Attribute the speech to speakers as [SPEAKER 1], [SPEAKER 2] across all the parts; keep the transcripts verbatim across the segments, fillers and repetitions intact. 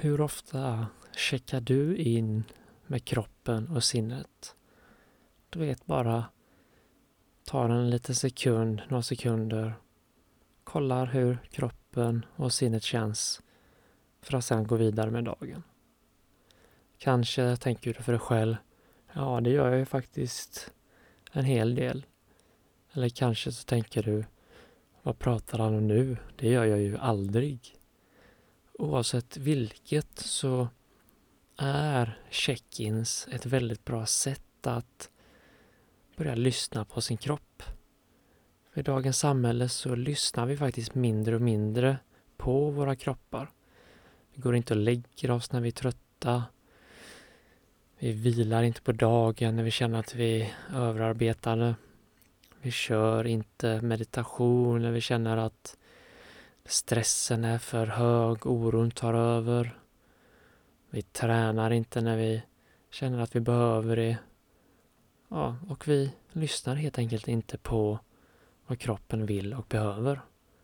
[SPEAKER 1] Hur ofta checkar du in med kroppen och sinnet? Du vet, bara tar en liten sekund, några sekunder, kollar hur kroppen och sinnet känns för att sedan gå vidare med dagen. Kanske tänker du för dig själv, ja det gör jag ju faktiskt en hel del. Eller kanske så tänker du, vad pratar han om nu? Det gör jag ju aldrig. Oavsett vilket så är check-ins ett väldigt bra sätt att börja lyssna på sin kropp. För i dagens samhälle så lyssnar vi faktiskt mindre och mindre på våra kroppar. Vi går inte och lägger oss när vi är trötta. Vi vilar inte på dagen när vi känner att vi är överarbetade. Vi kör inte meditation när vi känner att stressen är för hög, oron tar över. Vi tränar inte när vi känner att vi behöver det. Ja, och vi lyssnar helt enkelt inte på vad kroppen vill och behöver.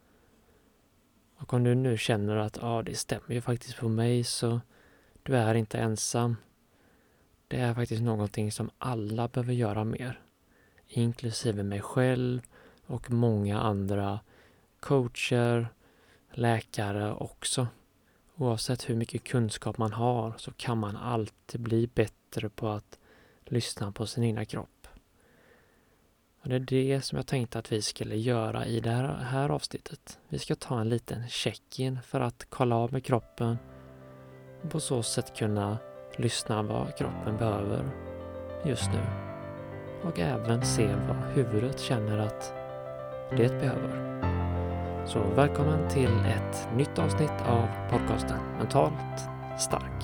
[SPEAKER 1] Och om du nu känner att ja, det stämmer ju faktiskt på mig, så du är inte ensam. Det är faktiskt någonting som alla behöver göra mer. Inklusive mig själv och många andra coacher, läkare också. Oavsett hur mycket kunskap man har så kan man alltid bli bättre på att lyssna på sin egna kropp. Och det är det som jag tänkte att vi skulle göra i det här, här avsnittet. Vi ska ta en liten check-in för att kolla av med kroppen och på så sätt kunna lyssna vad kroppen behöver just nu. Och även se vad huvudet känner att det behöver. Så välkommen till ett nytt avsnitt av podcasten Mentalt Stark.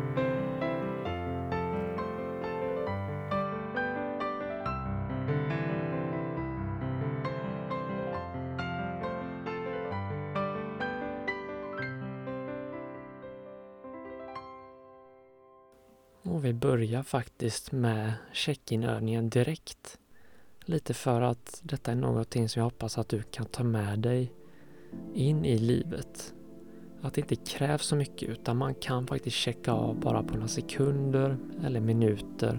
[SPEAKER 1] Och vi börjar faktiskt med check-in-övningen direkt. Lite för att detta är någonting som jag hoppas att du kan ta med dig in i livet. Att det inte krävs så mycket, utan man kan faktiskt checka av bara på några sekunder eller minuter.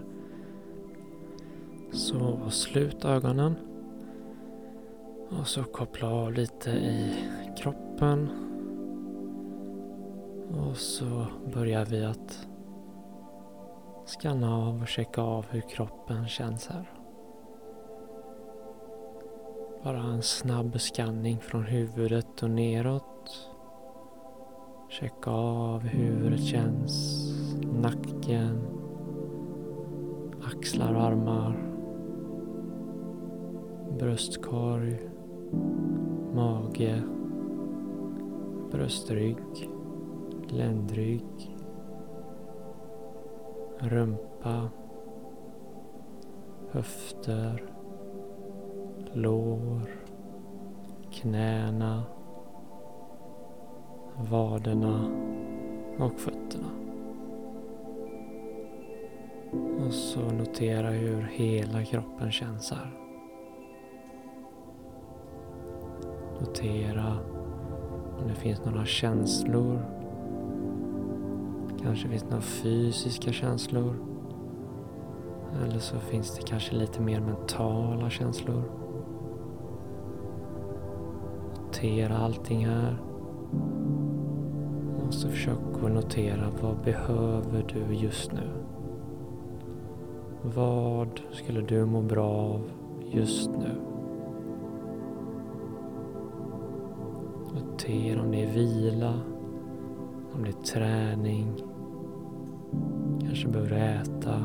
[SPEAKER 1] Så slut ögonen. Och så koppla av lite i kroppen. Och så börjar vi att skanna av och checka av hur kroppen känns här. Bara en snabb skanning från huvudet och neråt. Checka av hur huvudet känns, nacken, axlar och armar, bröstkorg, mage, bröstrygg, ländrygg, rumpa, höfter, lår, knäna, vaderna och fötterna. Och så notera hur hela kroppen känns här. Notera om det finns några känslor. Kanske finns några fysiska känslor. Eller så finns det kanske lite mer mentala känslor. Notera allting här. Och så försök att notera, vad behöver du just nu? Vad skulle du må bra av just nu? Notera om det är vila, om det är träning, kanske behöver äta.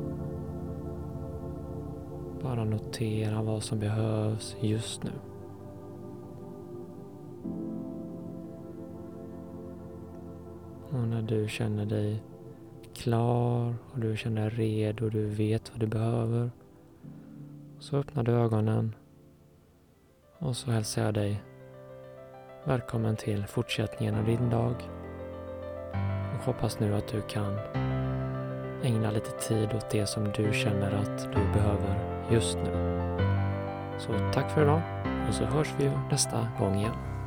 [SPEAKER 1] Bara notera vad som behövs just nu. Och när du känner dig klar och du känner dig redo och du vet vad du behöver, så öppnar du ögonen och så hälsar jag dig välkommen till fortsättningen av din dag. Och hoppas nu att du kan ägna lite tid åt det som du känner att du behöver just nu. Så tack för idag och så hörs vi ju nästa gång igen.